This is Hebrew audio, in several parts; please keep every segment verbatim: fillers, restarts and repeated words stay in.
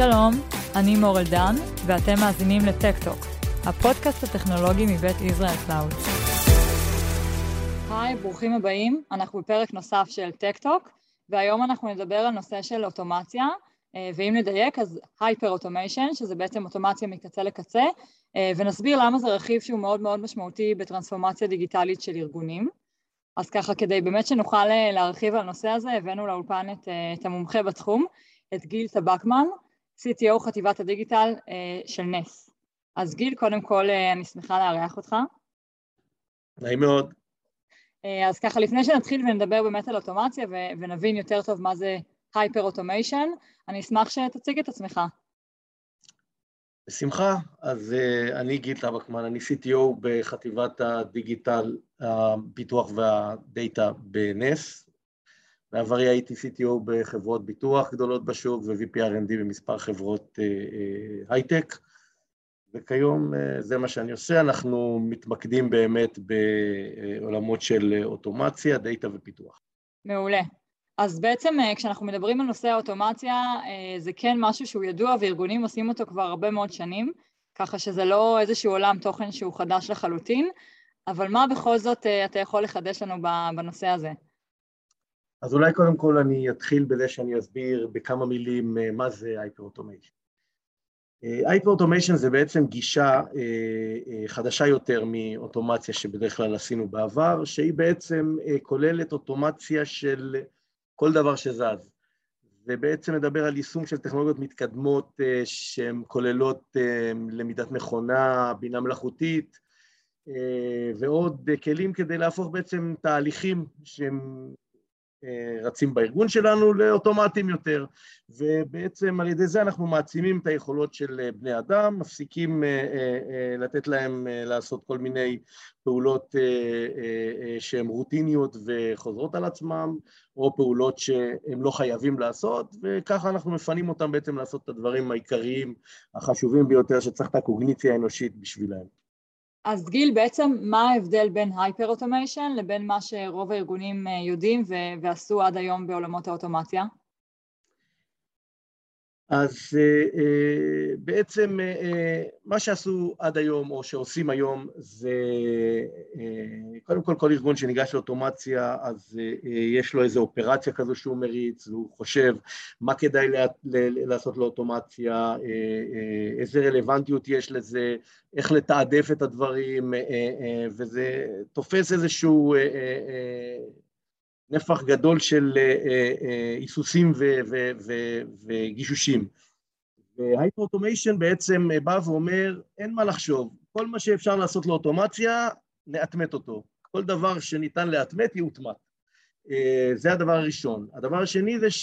שלום, אני מור אלדן, ואתם מאזינים לטק-טוק, הפודקאסט הטכנולוגי מבית ישראל קלאוד. היי, ברוכים הבאים, אנחנו בפרק נוסף של טק-טוק, והיום אנחנו נדבר על נושא של אוטומציה, ואם נדייק, אז הייפר אוטומיישן, שזה בעצם אוטומציה מקצה לקצה, ונסביר למה זה רכיב שהוא מאוד מאוד משמעותי בטרנספורמציה דיגיטלית של ארגונים. אז ככה, כדי באמת שנוכל להרחיב על הנושא הזה, הבאנו לאולפן את, את המומחה בתחום, את גיל טבקמן, סי טי או חטיבת הדיגיטל של נס. אז גיל, קודם כל, אני שמחה לארח אותך. נעים מאוד. אז ככה, לפני שנתחיל ונדבר באמת על אוטומציה ונבין יותר טוב מה זה הייפר אוטומיישן, אני אשמח שתציג את עצמך. בשמחה. אז uh, אני גיל טבקמן, אני סי טי או בחטיבת הדיגיטל, הפיתוח והדאטה בנס. בעברי הייתי סי טי או בחברות ביטוח גדולות בשוק ו-וי פי אר אנד די במספר חברות הייטק, uh, uh, וכיום uh, זה מה שאני עושה. אנחנו מתמקדים באמת בעולמות של אוטומציה, דאטה ופיתוח. מעולה. אז בעצם כשאנחנו מדברים על נושא האוטומציה, זה כן משהו שהוא ידוע וארגונים עושים אותו כבר הרבה מאוד שנים, ככה שזה לא איזשהו עולם תוכן שהוא חדש לחלוטין, אבל מה בכל זאת אתה יכול לחדש לנו בנושא הזה? אז אולי קודם כל אני אתחיל בזה שאני אסביר בכמה מילים מה זה הייפר אוטומיישן. הייפר אוטומיישן זה בעצם גישה חדשה יותר מאוטומציה שבדרך כלל עשינו בעבר, שהיא בעצם כוללת אוטומציה של כל דבר שזז. זה בעצם מדבר על יישום של טכנולוגיות מתקדמות שהן כוללות למידת מכונה, בינה מלאכותית, ועוד כלים כדי להפוך בעצם תהליכים שהם רצים בארגון שלנו לאוטומטיים יותר, ובעצם על ידי זה אנחנו מעצימים את היכולות של בני אדם, מפסיקים לתת להם לעשות כל מיני פעולות שהן רוטיניות וחוזרות על עצמם, או פעולות שהם לא חייבים לעשות, וככה אנחנו מפנים אותם בעצם לעשות את הדברים העיקריים, החשובים ביותר שצריך את הקוגניציה האנושית בשבילם. אז גיל, בעצם מה ההבדל בין הייפר אוטומיישן לבין מה שרוב הארגונים יודעים ועשו עד היום בעולמות האוטומציה? אז בעצם מה שעשו עד היום או שעושים היום זה, קודם כל כל ארגון שניגש לאוטומציה, אז יש לו איזו אופרציה כזו שהוא מריץ, והוא חושב מה כדאי לעשות לאוטומציה, איזה רלוונטיות יש לזה, איך לתעדף את הדברים, וזה תופס איזשהו נפח גדול של היסוסים וגישושים. והייפר אוטומיישן בעצם בא ואומר, אין מה לחשוב, כל מה שאפשר לעשות לאוטומציה, נאטמת אותו. כל דבר שניתן לאטמת, יאוטמת. זה הדבר הראשון. הדבר השני זה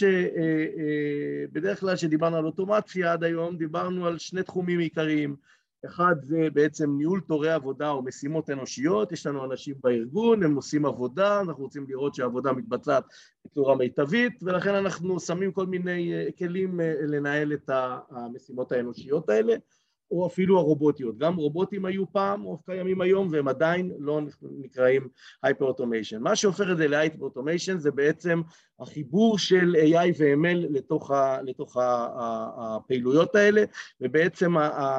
שבדרך כלל שדיברנו על אוטומציה עד היום, דיברנו על שני תחומים עיקריים. אחד זה בעצם ניהול תורי עבודה או משימות אנושיות, יש לנו אנשים בארגון, הם עושים עבודה, אנחנו רוצים לראות שהעבודה מתבצעת בצורה מיטבית, ולכן אנחנו שמים כל מיני כלים לנהל את המשימות האנושיות האלה, או אפילו הרובוטיות. גם רובוטים היו פעם או קיימים היום, והם עדיין לא נקראים הייפר אוטומיישן. מה שהופך את זה להייפר אוטומיישן זה בעצם החיבור של איי איי ו-אם אל לתוך, ה, לתוך הפעילויות האלה, ובעצם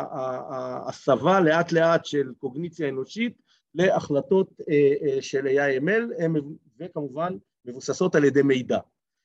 ההסבה לאט לאט של קוגניציה אנושית להחלטות של איי איי אם אל, וכמובן מבוססות על ידי מידע.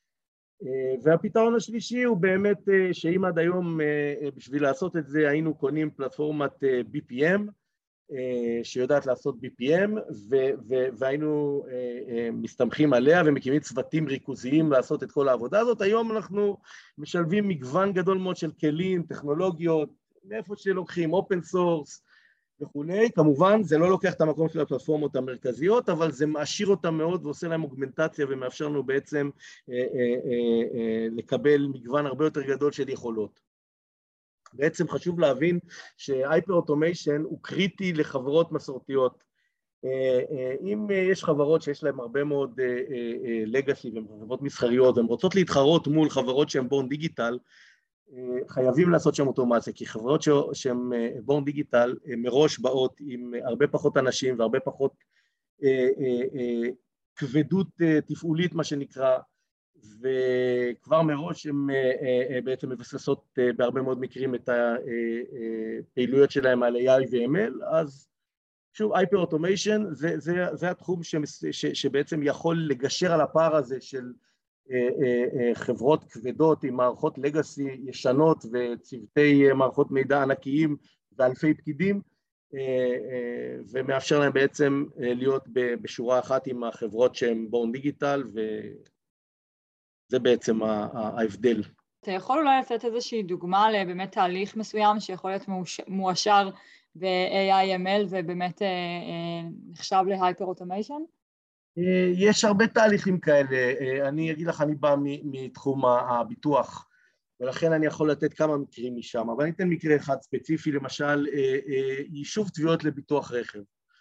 והפתרון השלישי הוא באמת שאם עד היום בשביל לעשות את זה היינו קונים פלטפורמת בי פי אם שיודעת לעשות בי פי אם והיינו מסתמכים עליה ומקימים צוותים ריכוזיים לעשות את כל העבודה הזאת, היום אנחנו משלבים מגוון גדול מאוד של כלים, טכנולוגיות, מאיפה שלוקחים, אופן סורס וכולי. כמובן זה לא לוקח את המקום של הפלטפורמות המרכזיות, אבל זה מעשיר אותם מאוד ועושה להם אוגמנטציה ומאפשר לנו בעצם אה, אה, אה, לקבל מגוון הרבה יותר גדול של יכולות. בעצם חשוב להבין שהייפר אוטומיישן הוא קריטי לחברות מסורתיות. אה, אה, אם יש חברות שיש להם הרבה מאוד לגאסי והן חברות מסחריות והן רוצות להתחרות מול חברות שהן בורן דיגיטל, חייבים לעשות שם אוטומציה, כי חברות שהן בורן דיגיטל מראש באות עם הרבה פחות אנשים והרבה פחות כבדות תפעולית מה שנקרא, וכבר מראש הן בעצם מבססות בהרבה מאוד מקרים את הפעילויות שלהם על איי איי ו-אם אל, אז שוב, הייפר אוטומיישן זה, זה, זה התחום ש, ש, שבעצם יכול לגשר על הפער הזה של חברות כבדות עם מערכות לגאסי ישנות וצוותי מערכות מידע ענקיים ואלפי פקידים, ומאפשר להם בעצם להיות בשורה אחת עם החברות שהן בורן דיגיטל, וזה בעצם ההבדל. אתה יכול אולי לתת איזושהי דוגמה לבאמת תהליך מסוים שיכול להיות מואשר ב-איי איי אם אל ובאמת נחשב להייפר אוטומיישן? יש הרבה תהליכים כאלה. אני אגיד לך, אני בא מתחום הביטוח, ולכן אני יכול לתת כמה מקרים משם, אבל אני אתן מקרה אחד ספציפי, למשל יישוב תביעות לביטוח רכב.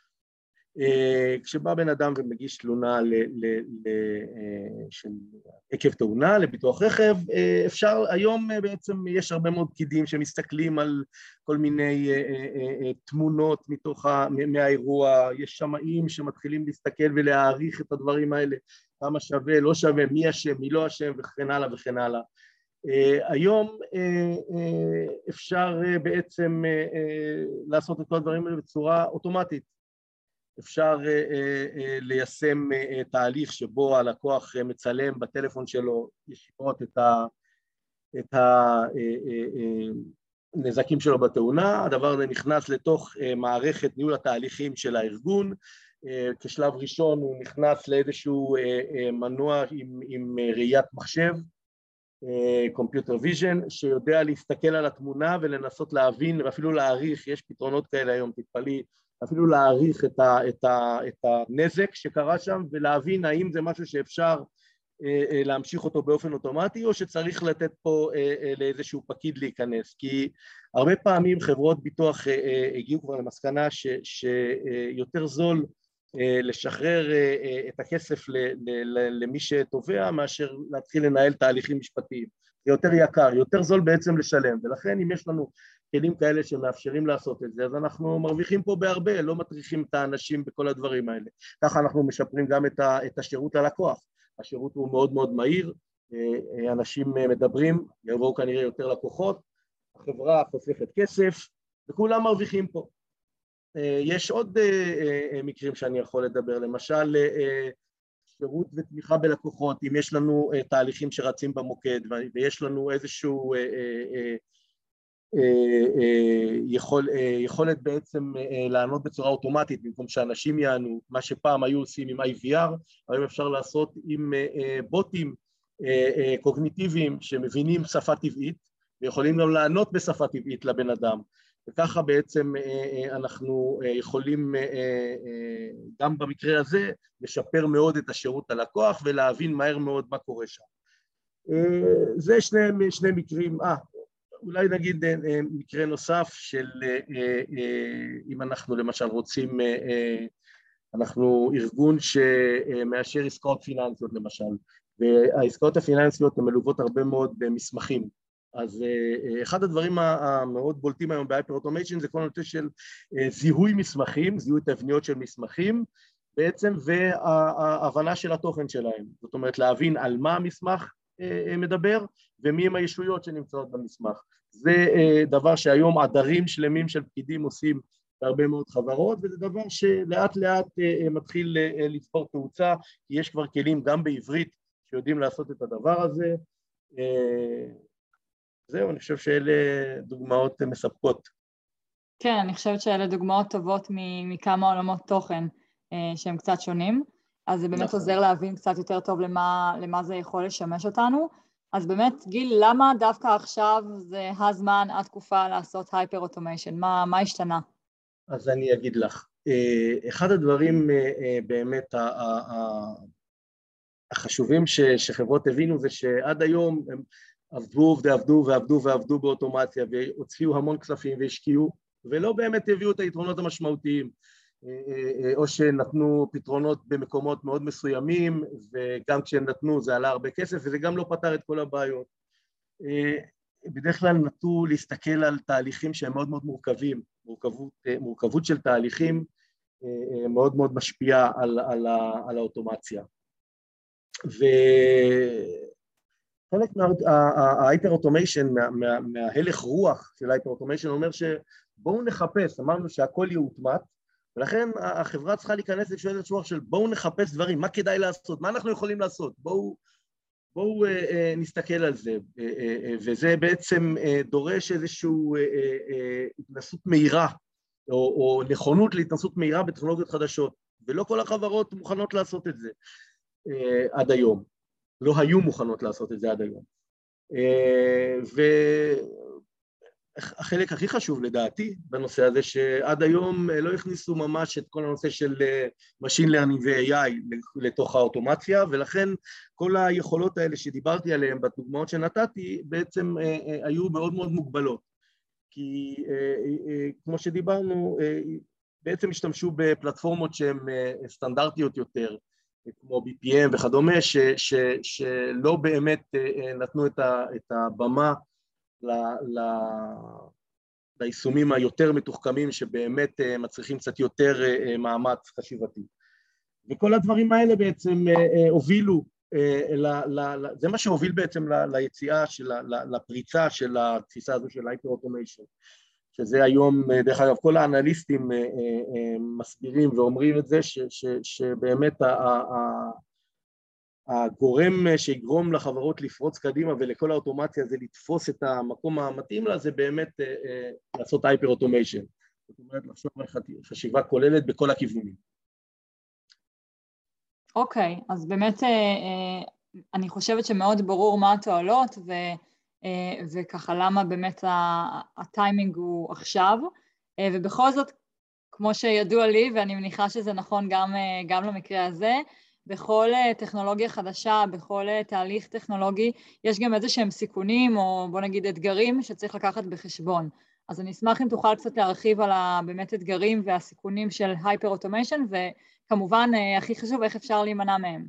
כשבא בן אדם ומגיש תלונה עקב תאונה לביטוח רכב, אפשר, היום בעצם יש הרבה מאוד פקידים שמסתכלים על כל מיני תמונות מתוך, מהאירוע, יש שמאים שמתחילים להסתכל ולהעריך את הדברים האלה, כמה שווה, לא שווה, מי אשם, מי לא אשם וכן הלאה וכן הלאה. היום אפשר בעצם לעשות את כל הדברים האלה בצורה אוטומטית. אפשר ליישם תהליך שבו הלקוח מצלם בטלפון שלו ישירות את הנזקים שלו בתאונה, הדבר הזה נכנס לתוך מערכת ניהול התהליכים של הארגון, כשלב ראשון הוא נכנס לאיזשהו מנוע עם, עם ראיית מחשב, Computer Vision, שיודע להסתכל על התמונה ולנסות להבין ואפילו להעריך, יש פתרונות כאלה היום, תתפלאי, אפילו להעריך את, ה, את, ה, את הנזק שקרה שם ולהבין האם זה משהו שאפשר אה, להמשיך אותו באופן אוטומטי או שצריך לתת פה אה, אה, לאיזשהו פקיד להיכנס, כי הרבה פעמים חברות ביטוח אה, אה, הגיעו כבר למסקנה ש, שיותר אה, זול אה, לשחרר אה, אה, את הכסף ל, ל, ל, למי שתובע מאשר להתחיל לנהל תהליכים משפטיים. זה יותר יקר, יותר זול בעצם לשלם, ולכן אם יש לנו כלים כאלה שמאפשרים לעשות את זה, אז אנחנו מרוויחים פה בהרבה, לא מטריחים את האנשים בכל הדברים האלה. ככה אנחנו משפרים גם את, ה, את השירות ללקוח. השירות הוא מאוד מאוד מהיר, אנשים מדברים, יבואו כנראה יותר לקוחות, החברה חוסכת כסף, וכולם מרוויחים פה. יש עוד מקרים שאני יכול לדבר, למשל, שירות ותמיכה בלקוחות, אם יש לנו תהליכים שרצים במוקד, ויש לנו איזשהו יכול, יכולת בעצם לענות בצורה אוטומטית, במקום שאנשים יענו, מה שפעם היו עושים עם איי וי אר, היום אפשר לעשות עם בוטים קוגניטיביים שמבינים שפה טבעית, ויכולים גם לענות בשפה טבעית לבן אדם, וככה בעצם אנחנו יכולים גם במקרה הזה לשפר מאוד את השירות ללקוח, ולהבין מהר מאוד מה קורה שם. זה שני, שני מקרים, אה, אולי נגיד מקרה נוסף של אם אנחנו למשל רוצים, אנחנו ארגון שמאשר עסקאות פיננסיות למשל, והעסקאות הפיננסיות הן מלוות הרבה מאוד במסמכים, אז אחד הדברים המאוד בולטים היום בהייפר אוטומיישן זה כל הנושא של זיהוי מסמכים, זיהוי תבניות של מסמכים בעצם, וההבנה של התוכן שלהם, זאת אומרת להבין על מה המסמך מדבר, ומי הם הישויות שנמצאות במסמך. זה דבר שהיום עדרים שלמים של פקידים עושים בהרבה מאוד חברות, וזה דבר שלאט לאט מתחיל לצבור תאוצה, כי יש כבר כלים גם בעברית שיודעים לעשות את הדבר הזה. זהו, אני חושב שאלה דוגמאות מספקות. כן, אני חושבת שאלה דוגמאות טובות מכמה עולמות תוכן שהם קצת שונים, אז זה באמת עוזר להבין קצת יותר טוב למה, למה זה יכול לשמש אותנו. אז באמת, גיל, למה דווקא עכשיו זה הזמן, התקופה לעשות הייפר אוטומיישן? מה, מה השתנה? אז אני אגיד לך. אחד הדברים באמת החשובים שחברות הבינו זה שעד היום הם עבדו ועבדו ועבדו ועבדו באוטומציה והוציאו המון כספים והשקיעו, ולא באמת הביאו את היתרונות המשמעותיים. או שנתנו פתרונות במקומות מאוד מסוימים, וגם כשהם נתנו זה עלה הרבה כסף, וזה גם לא פתר את כל הבעיות. בדרך כלל נטו להסתכל על תהליכים שהם מאוד מאוד מורכבים, מורכבות, מורכבות של תהליכים מאוד מאוד משפיעה על, על, על האוטומציה. חלק מההייפר אוטומיישן, מההלך רוח של ההייפר אוטומיישן, אומר שבואו נחפש, אמרנו שהכל יאוטומט, ולכן החברה צריכה להיכנס לשאלת רוח של בואו נחפש דברים, מה כדאי לעשות, מה אנחנו יכולים לעשות, בואו בואו נסתכל על זה, וזה בעצם דורש איזושהי התנסות מהירה, או, או נכונות להתנסות מהירה בטכנולוגיות חדשות, ולא כל החברות מוכנות לעשות את זה עד היום. לא היו מוכנות לעשות את זה עד היום. והחלק הכי חשוב לדעתי בנושא הזה, שעד היום לא הכניסו ממש את כל הנושא של Machine Learning ו-איי איי לתוך האוטומציה, ולכן כל היכולות האלה שדיברתי עליהן בדוגמאות שנתתי, בעצם היו מאוד מאוד מוגבלות. כי כמו שדיברנו, בעצם השתמשו בפלטפורמות שהן סטנדרטיות יותר, כמו בי פי אם וכדומה, ש, ש, שלא באמת נתנו את, ה, את הבמה ל, ל, ליישומים היותר מתוחכמים, שבאמת מצריכים קצת יותר מאמץ חשיבתי. וכל הדברים האלה בעצם הובילו, ל, ל, זה מה שהוביל בעצם ל, ליציאה, של, ל, לפריצה של התפיסה הזו של הייפר אוטומיישן. שזה היום, דרך אגב, כל האנליסטים מסבירים ואומרים את זה, ש, ש, שבאמת הגורם שיגרום לחברות לפרוץ קדימה ולכל האוטומציה זה לתפוס את המקום המתאים לה, זה באמת לעשות הייפר אוטומיישן. זאת אומרת, לחשוב על חשיבה כוללת בכל הכיוונים. אוקיי, אז באמת אני חושבת שמאוד ברור מה התועלות, ו... וככה למה באמת הטיימינג הוא עכשיו, ובכל זאת, כמו שידוע לי, ואני מניחה שזה נכון גם, גם למקרה הזה, בכל טכנולוגיה חדשה, בכל תהליך טכנולוגי, יש גם איזה שהם סיכונים, או בוא נגיד אתגרים, שצריך לקחת בחשבון. אז אני אשמח אם תוכל קצת להרחיב על באמת אתגרים והסיכונים של הייפר אוטומיישן, וכמובן, הכי חשוב, איך אפשר להימנע מהם.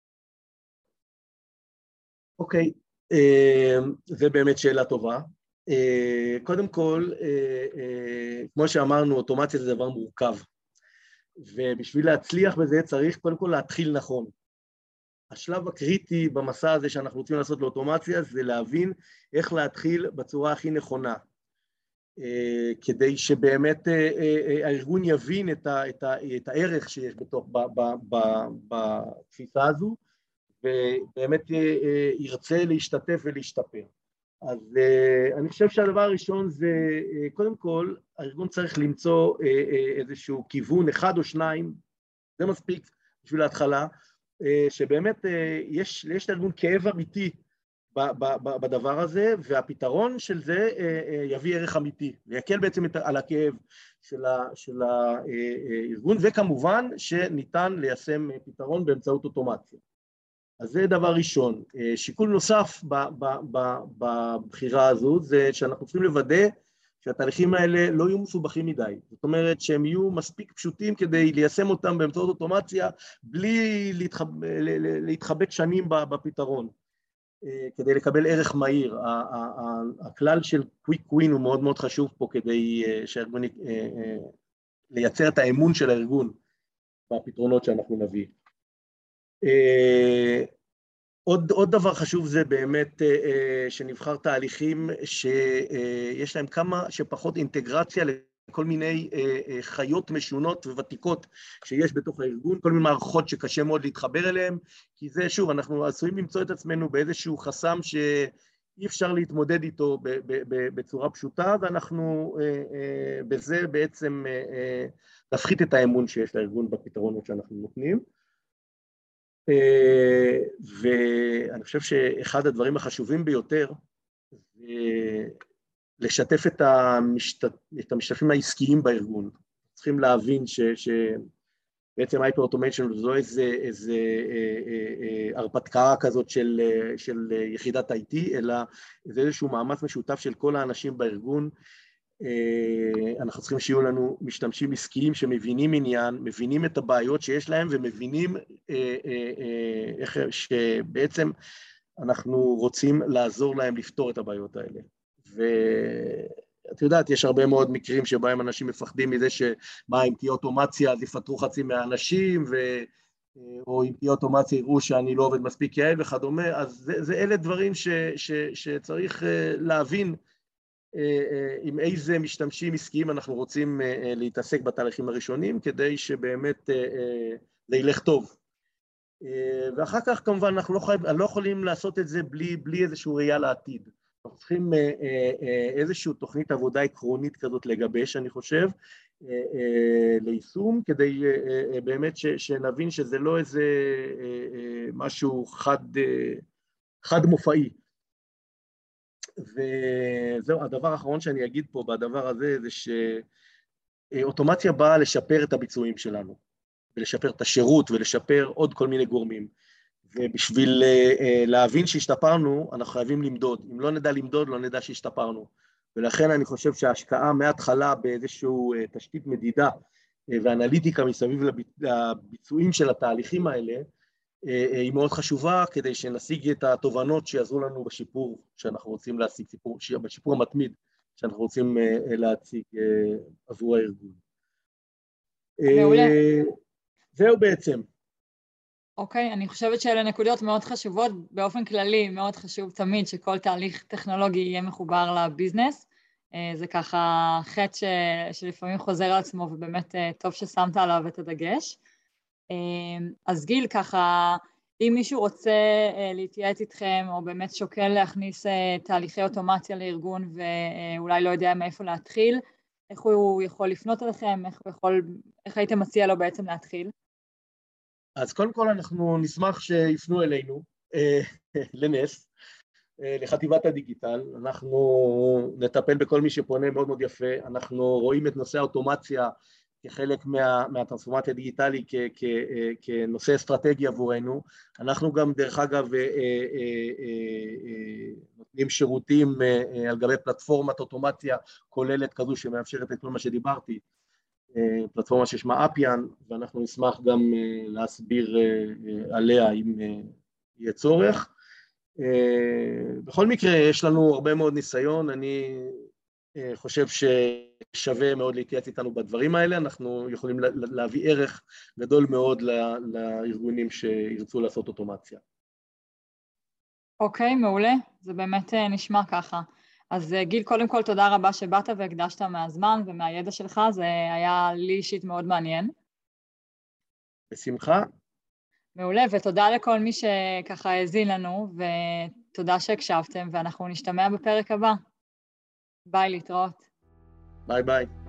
אוקיי. זה באמת שאלה טובה. קודם כל, כמו שאמרנו, אוטומציה זה דבר מורכב, ובשביל להצליח בזה צריך קודם כל להתחיל נכון. השלב הקריטי במסע הזה שאנחנו רוצים לעשות לאוטומציה זה להבין איך להתחיל בצורה הכי נכונה, כדי שבאמת הארגון יבין את ה, את ה, את הערך שיש בתוך בתפיסה הזו, ובאמת ירצה להשתתף ולהשתפר. אז אני חושב שהדבר הראשון זה, קודם כל, הארגון צריך למצוא איזשהו כיוון אחד או שניים, זה מספיק בשביל ההתחלה, שבאמת יש, יש לארגון כאב אמיתי בדבר הזה, והפתרון של זה יביא ערך אמיתי, ויקל בעצם על הכאב של, ה, של הארגון, וכמובן שניתן ליישם פתרון באמצעות אוטומציה. אז זה דבר ראשון. שיקול נוסף בבחירה הזו, זה שאנחנו צריכים לוודא שהתהליכים האלה לא יהיו מסובכים מדי. זאת אומרת שהם יהיו מספיק פשוטים כדי ליישם אותם באמצעות אוטומציה, בלי להתחבט שנים בפתרון, כדי לקבל ערך מהיר. הכלל של קוויק ווין הוא מאוד מאוד חשוב פה, כדי שהארגון, לייצר את האמון של הארגון בפתרונות שאנחנו נביא. Uh, עוד, עוד דבר חשוב זה באמת uh, שנבחר תהליכים שיש uh, להם כמה שפחות אינטגרציה לכל מיני uh, uh, חיות משונות וותיקות שיש בתוך הארגון, כל מיני מערכות שקשה מאוד להתחבר אליהם, כי זה שוב, אנחנו עשויים למצוא את עצמנו באיזשהו חסם שאי אפשר להתמודד איתו ב- ב- ב- בצורה פשוטה, ואנחנו uh, uh, בזה בעצם uh, uh, נפחית את האמון שיש לארגון בפתרונות שאנחנו נותנים. ואני חושב שאחד הדברים החשובים ביותר זה לשתף את המשתתפים העסקיים בארגון. צריכים להבין שבעצם הייפר אוטומיישן זו איזו הרפתקה כזאת של יחידת איי טי, אלא זה איזשהו מאמץ משותף של כל האנשים בארגון. אנחנו צריכים שיהיו לנו משתמשים עסקיים שמבינים עניין, מבינים את הבעיות שיש להם ומבינים איך שבעצם אנחנו רוצים לעזור להם לפתור את הבעיות האלה. ואת יודעת, יש הרבה מאוד מקרים שבהם אנשים מפחדים מזה שמה אם תהיה אוטומציה אז יפטרו חצי מהאנשים, או אם תהיה אוטומציה יראו שאני לא עובד מספיק יעיל וכדומה, אז זה, זה אלה דברים ש, ש, שצריך להבין עם איזה משתמשים עסקיים אנחנו רוצים להתעסק בתהליכים הראשונים, כדי שבאמת זה ילך טוב. ואחר כך כמובן אנחנו לא, חייב, לא יכולים לעשות את זה בלי, בלי איזשהו ראייה לעתיד. אנחנו צריכים איזושהי תוכנית עבודה עקרונית כזאת לגבש, אני חושב, ליישום, כדי באמת שנבין שזה לא איזה משהו חד, חד מופעי. וזהו, הדבר האחרון שאני אגיד פה בדבר הזה, זה שאוטומציה באה לשפר את הביצועים שלנו, ולשפר את השירות, ולשפר עוד כל מיני גורמים. ובשביל להבין שהשתפרנו, אנחנו חייבים למדוד. אם לא נדע למדוד, לא נדע שהשתפרנו. ולכן אני חושב שההשקעה מההתחלה באיזושהי תשתית מדידה ואנליטיקה מסביב לביצועים של התהליכים האלה, היא מאוד חשובה כדי שנשיג את התובנות שיעזרו לנו בשיפור שאנחנו רוצים להשיג, בשיפור המתמיד שאנחנו רוצים להציג עבור הארגון. מעולה. זהו בעצם. אוקיי, אני חושבת שאלה נקודות מאוד חשובות, באופן כללי מאוד חשוב תמיד שכל תהליך טכנולוגי יהיה מחובר לביזנס, זה ככה חטא ש... שלפעמים חוזר על עצמו ובאמת טוב ששמת עליו את הדגש. אז גיל, ככה, אם מישהו רוצה להתייעץ איתכם או באמת שוקל להכניס תהליכי אוטומציה לארגון ואולי לא יודע מאיפה להתחיל, איך הוא יכול לפנות אליכם, איך, הוא יכול, איך הייתם מציע לו בעצם להתחיל? אז קודם כל אנחנו נשמח שיפנו אלינו, לנס, לחטיבת הדיגיטל. אנחנו נטפל בכל מי שפונה מאוד מאוד יפה. אנחנו רואים את נושא האוטומציה כחלק מה, מהטרנספורמציה הדיגיטלית, כ, כ, כנושא אסטרטגי עבורנו. אנחנו גם, דרך אגב, נותנים שירותים על גבי פלטפורמת אוטומציה כוללת כזו שמאפשרת את כל מה שדיברתי, פלטפורמה ששמה אפיאן, ואנחנו נשמח גם להסביר עליה אם יהיה צורך. בכל מקרה, יש לנו הרבה מאוד ניסיון, אני חושב ששווה מאוד להתייעץ איתנו בדברים האלה, אנחנו יכולים להביא ערך גדול מאוד לארגונים שירצו לעשות אוטומציה. אוקיי, מעולה, זה באמת נשמע ככה. אז גיל, קודם כל תודה רבה שבאת והקדשת מהזמן ומהידע שלך, זה היה לי אישית מאוד מעניין. בשמחה. מעולה, ותודה לכל מי שככה האזין לנו, ותודה שהקשבתם, ואנחנו נשתמע בפרק הבא. ביי, להתראות. ביי ביי.